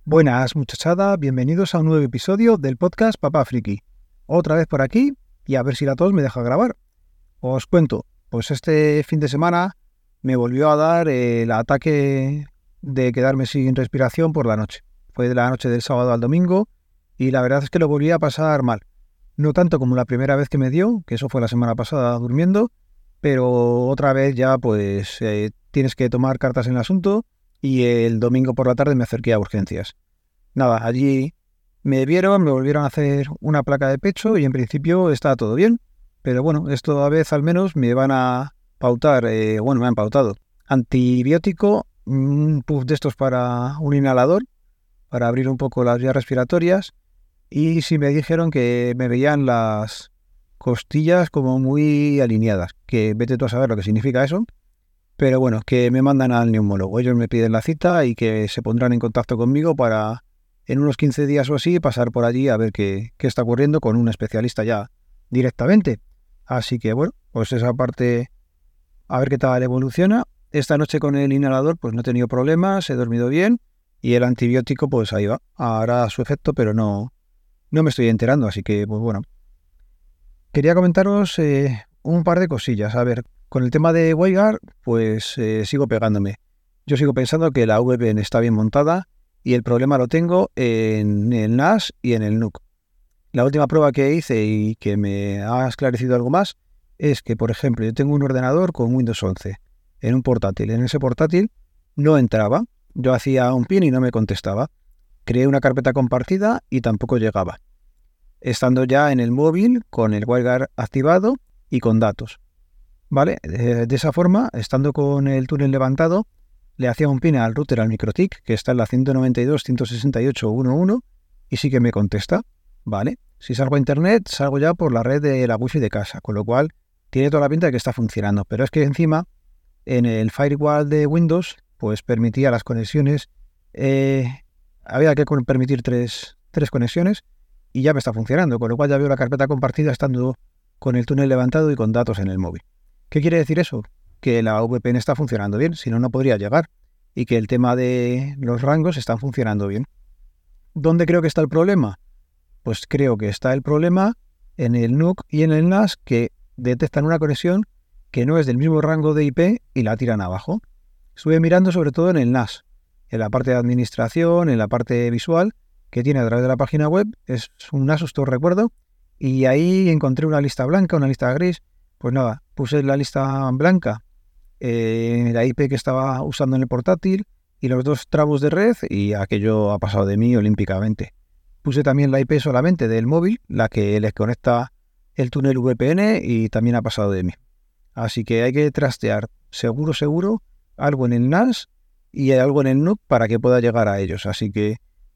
Buenas muchachada, bienvenidos a un nuevo episodio del podcast Papá Friki. Otra vez por aquí y a ver si la tos me deja grabar. Os cuento, pues este fin de semana me volvió a dar el ataque de quedarme sin respiración por la noche. Fue de la noche del sábado al domingo y la verdad es que lo volví a pasar mal. No tanto como la primera vez que me dio, que eso fue la semana pasada durmiendo, pero otra vez ya pues tienes que tomar cartas en el asunto. Y el domingo por la tarde me acerqué a urgencias. Nada, allí me vieron, me volvieron a hacer una placa de pecho y en principio está todo bien. Pero bueno, esta vez al menos me van a pautar, me han pautado antibiótico, un puff de estos para un inhalador, para abrir un poco las vías respiratorias. Y sí me dijeron que me veían las costillas como muy alineadas, que vete tú a saber lo que significa eso. Pero bueno, que me mandan al neumólogo. Ellos me piden la cita y que se pondrán en contacto conmigo para en unos 15 días o así pasar por allí a ver qué está ocurriendo con un especialista ya directamente. Así que bueno, pues esa parte a ver qué tal evoluciona. Esta noche con el inhalador pues no he tenido problemas, he dormido bien y el antibiótico pues ahí va. Hará su efecto, pero no me estoy enterando, así que pues bueno. Quería comentaros un par de cosillas. A ver, con el tema de WireGuard, pues sigo pegándome. Yo sigo pensando que la VPN está bien montada y el problema lo tengo en el NAS y en el NUC. La última prueba que hice y que me ha esclarecido algo más es que, por ejemplo, yo tengo un ordenador con Windows 11 en un portátil. En ese portátil no entraba. Yo hacía un pin y no me contestaba. Creé una carpeta compartida y tampoco llegaba. Estando ya en el móvil con el WireGuard activado y con datos. ¿Vale? De esa forma, estando con el túnel levantado, le hacía un pin al router, al MikroTik, que está en la 192.168.1.1 y sí que me contesta. ¿Vale? Si salgo a internet, salgo ya por la red de la wifi de casa, con lo cual tiene toda la pinta de que está funcionando. Pero es que encima, en el firewall de Windows, pues permitía las conexiones. Había que permitir tres conexiones y ya me está funcionando, con lo cual ya veo la carpeta compartida estando con el túnel levantado y con datos en el móvil. ¿Qué quiere decir eso? Que la VPN está funcionando bien, si no, no podría llegar, y que el tema de los rangos están funcionando bien. ¿Dónde creo que está el problema? Pues creo que está el problema en el NUC y en el NAS, que detectan una conexión que no es del mismo rango de IP y la tiran abajo. Estuve mirando sobre todo en el NAS, en la parte de administración, en la parte visual, que tiene a través de la página web. Es un Asus, todo recuerdo, y ahí encontré una lista blanca, una lista gris. Pues nada, puse la lista blanca, la IP que estaba usando en el portátil y los dos trabos de red, y aquello ha pasado de mí olímpicamente. Puse también la IP solamente del móvil, la que les conecta el túnel VPN, y también ha pasado de mí. Así que hay que trastear seguro algo en el NAS y algo en el NUC para que pueda llegar a ellos. Así que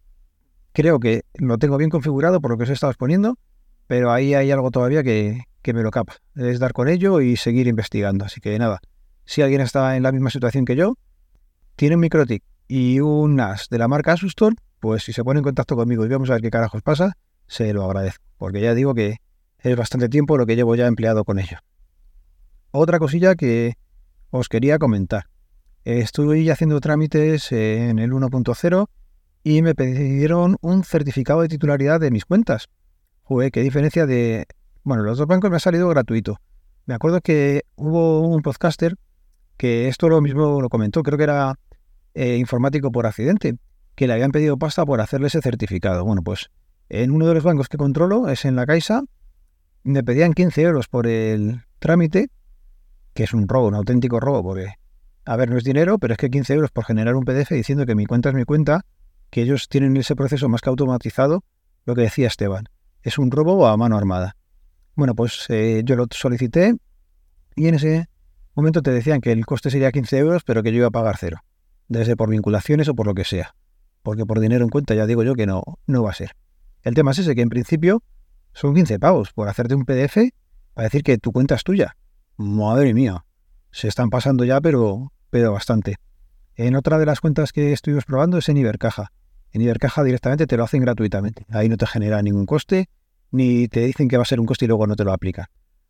creo que lo tengo bien configurado por lo que os he estado exponiendo, pero ahí hay algo todavía que me lo capa. Es dar con ello y seguir investigando. Así que nada, si alguien está en la misma situación que yo, tiene un MikroTik y un NAS de la marca Asus, pues si se pone en contacto conmigo y vamos a ver qué carajos pasa, se lo agradezco. Porque ya digo que es bastante tiempo lo que llevo ya empleado con ello. Otra cosilla que os quería comentar. Estuve haciendo trámites en el 1.0 y me pidieron un certificado de titularidad de mis cuentas. Joder, qué diferencia de... Bueno, los dos bancos me ha salido gratuito. Me acuerdo que hubo un podcaster que esto lo mismo lo comentó, creo que era informático por accidente, que le habían pedido pasta por hacerle ese certificado. Bueno, pues en uno de los bancos que controlo, es en la Caixa, me pedían 15 euros por el trámite, que es un robo, un auténtico robo, porque, a ver, no es dinero, pero es que 15 euros por generar un PDF diciendo que mi cuenta es mi cuenta, que ellos tienen ese proceso más que automatizado, lo que decía Esteban, es un robo a mano armada. Bueno, pues yo lo solicité y en ese momento te decían que el coste sería 15 euros, pero que yo iba a pagar cero, desde por vinculaciones o por lo que sea, porque por dinero en cuenta ya digo yo que no va a ser. El tema es ese, que en principio son 15 pavos por hacerte un PDF para decir que tu cuenta es tuya. Madre mía, se están pasando ya, pero bastante. En otra de las cuentas que estuvimos probando es en Ibercaja. En Ibercaja directamente te lo hacen gratuitamente. Ahí no te genera ningún coste, ni te dicen que va a ser un coste y luego no te lo aplican.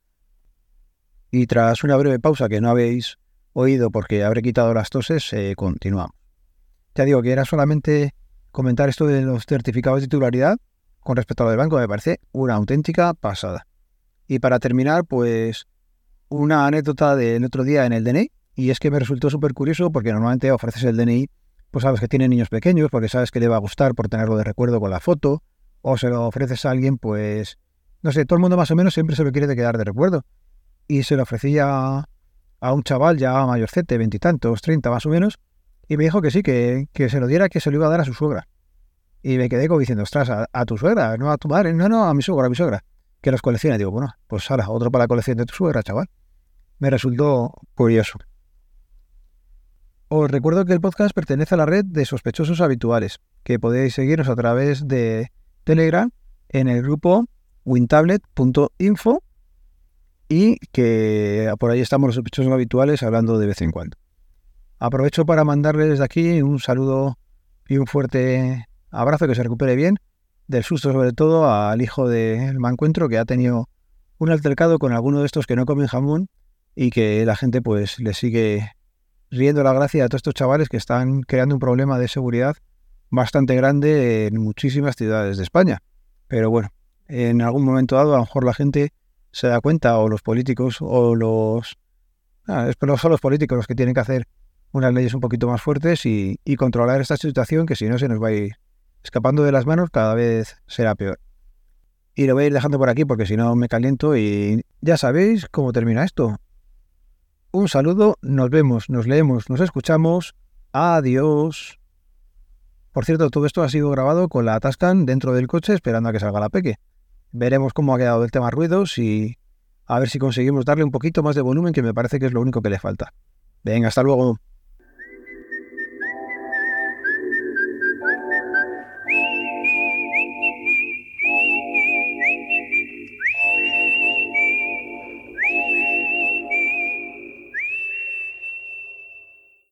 Y tras una breve pausa que no habéis oído porque habré quitado las toses, continuamos. Ya digo que era solamente comentar esto de los certificados de titularidad con respecto a lo del banco. Me parece una auténtica pasada. Y para terminar, pues una anécdota del otro día en el DNI, y es que me resultó súper curioso porque normalmente ofreces el DNI, pues sabes que tiene niños pequeños, porque sabes que le va a gustar por tenerlo de recuerdo con la foto, o se lo ofreces a alguien, pues, no sé, todo el mundo más o menos siempre se lo quiere de quedar de recuerdo. Y se lo ofrecía a un chaval ya mayorcete, 20 y tantos, 30 más o menos, y me dijo que sí, que se lo diera, que se lo iba a dar a su suegra. Y me quedé como diciendo, ostras, ¿a tu suegra? No a tu madre, no, a mi suegra, que los colecciona. Digo, bueno, pues ahora, otro para la colección de tu suegra, chaval. Me resultó curioso. Os recuerdo que el podcast pertenece a la red de sospechosos habituales, que podéis seguirnos a través de Telegram en el grupo wintablet.info y que por ahí estamos los sospechosos habituales hablando de vez en cuando. Aprovecho para mandarles desde aquí un saludo y un fuerte abrazo, que se recupere bien, del susto sobre todo al hijo del mancuentro, que ha tenido un altercado con alguno de estos que no comen jamón y que la gente pues le sigue riendo la gracia a todos estos chavales que están creando un problema de seguridad bastante grande en muchísimas ciudades de España. Pero bueno, en algún momento dado a lo mejor la gente se da cuenta, o los políticos, o los... son los políticos los que tienen que hacer unas leyes un poquito más fuertes y controlar esta situación, que si no se nos va a ir escapando de las manos, cada vez será peor. Y lo voy a ir dejando por aquí porque si no me caliento y ya sabéis cómo termina esto. Un saludo, nos vemos, nos leemos, nos escuchamos. Adiós. Por cierto, todo esto ha sido grabado con la Tascam dentro del coche esperando a que salga la peque. Veremos cómo ha quedado el tema ruidos y a ver si conseguimos darle un poquito más de volumen, que me parece que es lo único que le falta. Venga, hasta luego.